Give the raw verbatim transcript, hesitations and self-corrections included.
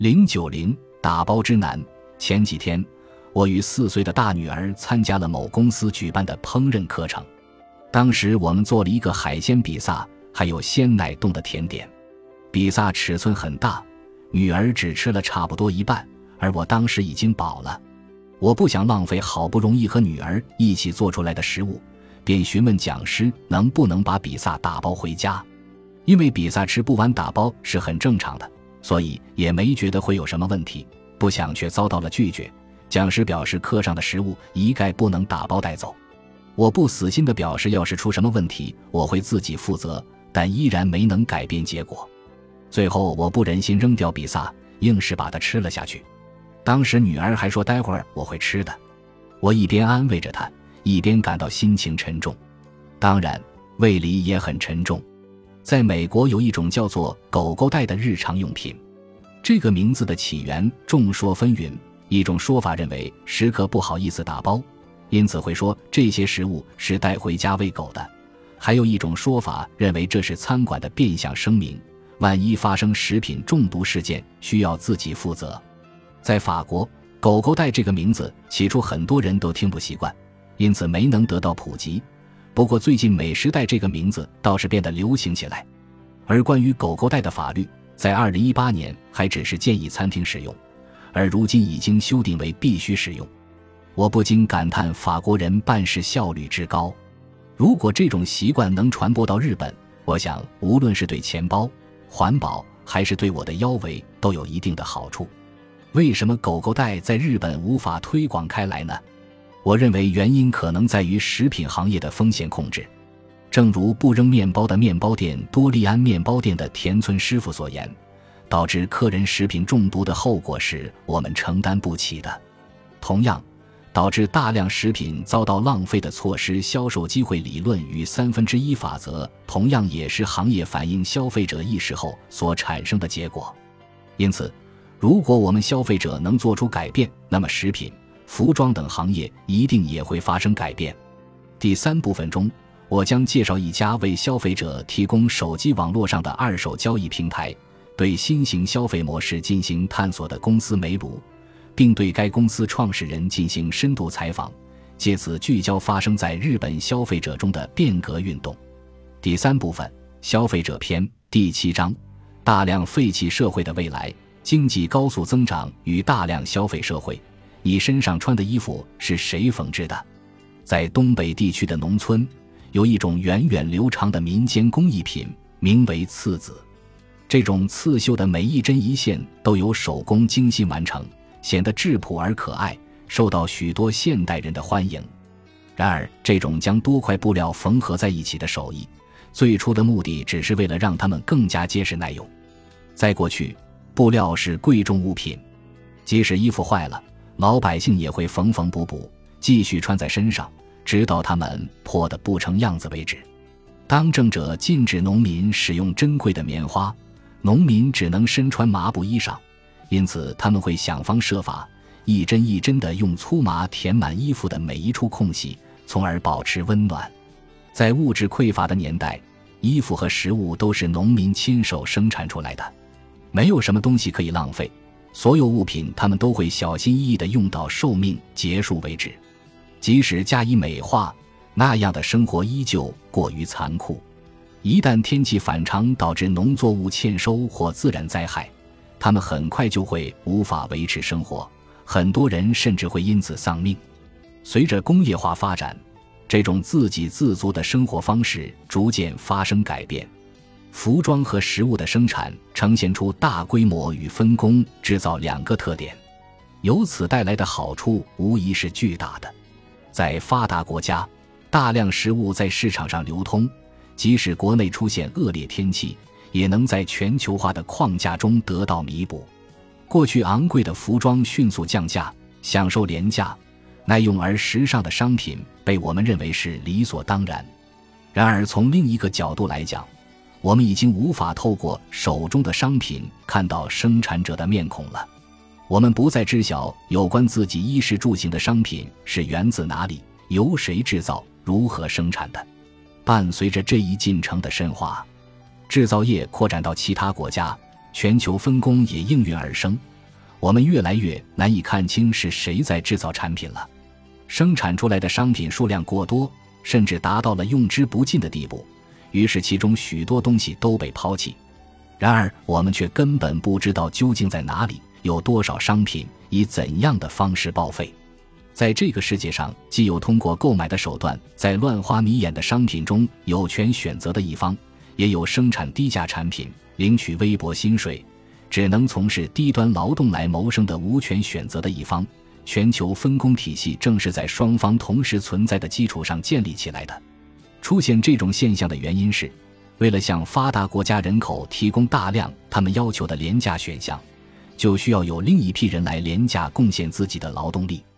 零九零打包之难。前几天，我与四岁的大女儿参加了某公司举办的烹饪课程。当时我们做了一个海鲜比萨，还有鲜奶冻的甜点。比萨尺寸很大，女儿只吃了差不多一半，而我当时已经饱了。我不想浪费好不容易和女儿一起做出来的食物，便询问讲师能不能把比萨打包回家。因为比萨吃不完打包是很正常的，所以也没觉得会有什么问题，不想却遭到了拒绝。讲师表示课上的食物一概不能打包带走。我不死心地表示要是出什么问题我会自己负责，但依然没能改变结果。最后我不忍心扔掉比萨，硬是把它吃了下去。当时女儿还说待会儿我会吃的，我一边安慰着她，一边感到心情沉重。当然胃里也很沉重。在美国有一种叫做狗狗袋的日常用品，这个名字的起源众说纷纭。一种说法认为食客不好意思打包，因此会说这些食物是带回家喂狗的。还有一种说法认为这是餐馆的变相声明，万一发生食品中毒事件需要自己负责。在法国，狗狗袋这个名字起初很多人都听不习惯，因此没能得到普及。不过最近美食袋这个名字倒是变得流行起来。而关于狗狗袋的法律在二零一八年还只是建议餐厅使用，而如今已经修订为必须使用。我不禁感叹法国人办事效率之高。如果这种习惯能传播到日本，我想无论是对钱包、环保还是对我的腰围都有一定的好处。为什么狗狗袋在日本无法推广开来呢？我认为原因可能在于食品行业的风险控制。正如不扔面包的面包店多利安面包店的田村师傅所言，导致客人食品中毒的后果是我们承担不起的。同样，导致大量食品遭到浪费的错失销售机会理论与三分之一法则，同样也是行业反映消费者意识后所产生的结果。因此，如果我们消费者能做出改变，那么食品、服装等行业一定也会发生改变。第三部分中，我将介绍一家为消费者提供手机网络上的二手交易平台，对新型消费模式进行探索的公司梅卢，并对该公司创始人进行深度采访，借此聚焦发生在日本消费者中的变革运动。第三部分，消费者篇，第七章，大量废弃社会的未来，经济高速增长与大量消费社会。你身上穿的衣服是谁缝制的？在东北地区的农村，有一种源远流长的民间工艺品，名为刺子。这种刺绣的每一针一线都由手工精心完成，显得质朴而可爱，受到许多现代人的欢迎。然而，这种将多块布料缝合在一起的手艺，最初的目的只是为了让它们更加结实耐用。在过去，布料是贵重物品，即使衣服坏了，老百姓也会缝缝补补，继续穿在身上，直到它们破得不成样子为止。当政者禁止农民使用珍贵的棉花，农民只能身穿麻布衣裳，因此他们会想方设法，一针一针地用粗麻填满衣服的每一处空隙，从而保持温暖。在物质匮乏的年代，衣服和食物都是农民亲手生产出来的，没有什么东西可以浪费，所有物品他们都会小心翼翼地用到寿命结束为止。即使加以美化，那样的生活依旧过于残酷。一旦天气反常导致农作物欠收或自然灾害，他们很快就会无法维持生活，很多人甚至会因此丧命。随着工业化发展，这种自给自足的生活方式逐渐发生改变。服装和食物的生产呈现出大规模与分工制造两个特点，由此带来的好处无疑是巨大的。在发达国家，大量食物在市场上流通，即使国内出现恶劣天气，也能在全球化的框架中得到弥补。过去昂贵的服装迅速降价，享受廉价、耐用而时尚的商品被我们认为是理所当然。然而从另一个角度来讲，我们已经无法透过手中的商品看到生产者的面孔了。我们不再知晓有关自己衣食住行的商品是源自哪里，由谁制造，如何生产的。伴随着这一进程的深化，制造业扩展到其他国家，全球分工也应运而生， 我们越来越难以看清是谁在制造产品了。生产出来的商品数量过多，甚至达到了用之不尽的地步，于是其中许多东西都被抛弃。然而我们却根本不知道究竟在哪里有多少商品以怎样的方式报废。在这个世界上，既有通过购买的手段在乱花迷眼的商品中有权选择的一方，也有生产低价产品领取微薄薪水只能从事低端劳动来谋生的无权选择的一方。全球分工体系正是在双方同时存在的基础上建立起来的。出现这种现象的原因是，为了向发达国家人口提供大量他们要求的廉价选项，就需要有另一批人来廉价贡献自己的劳动力。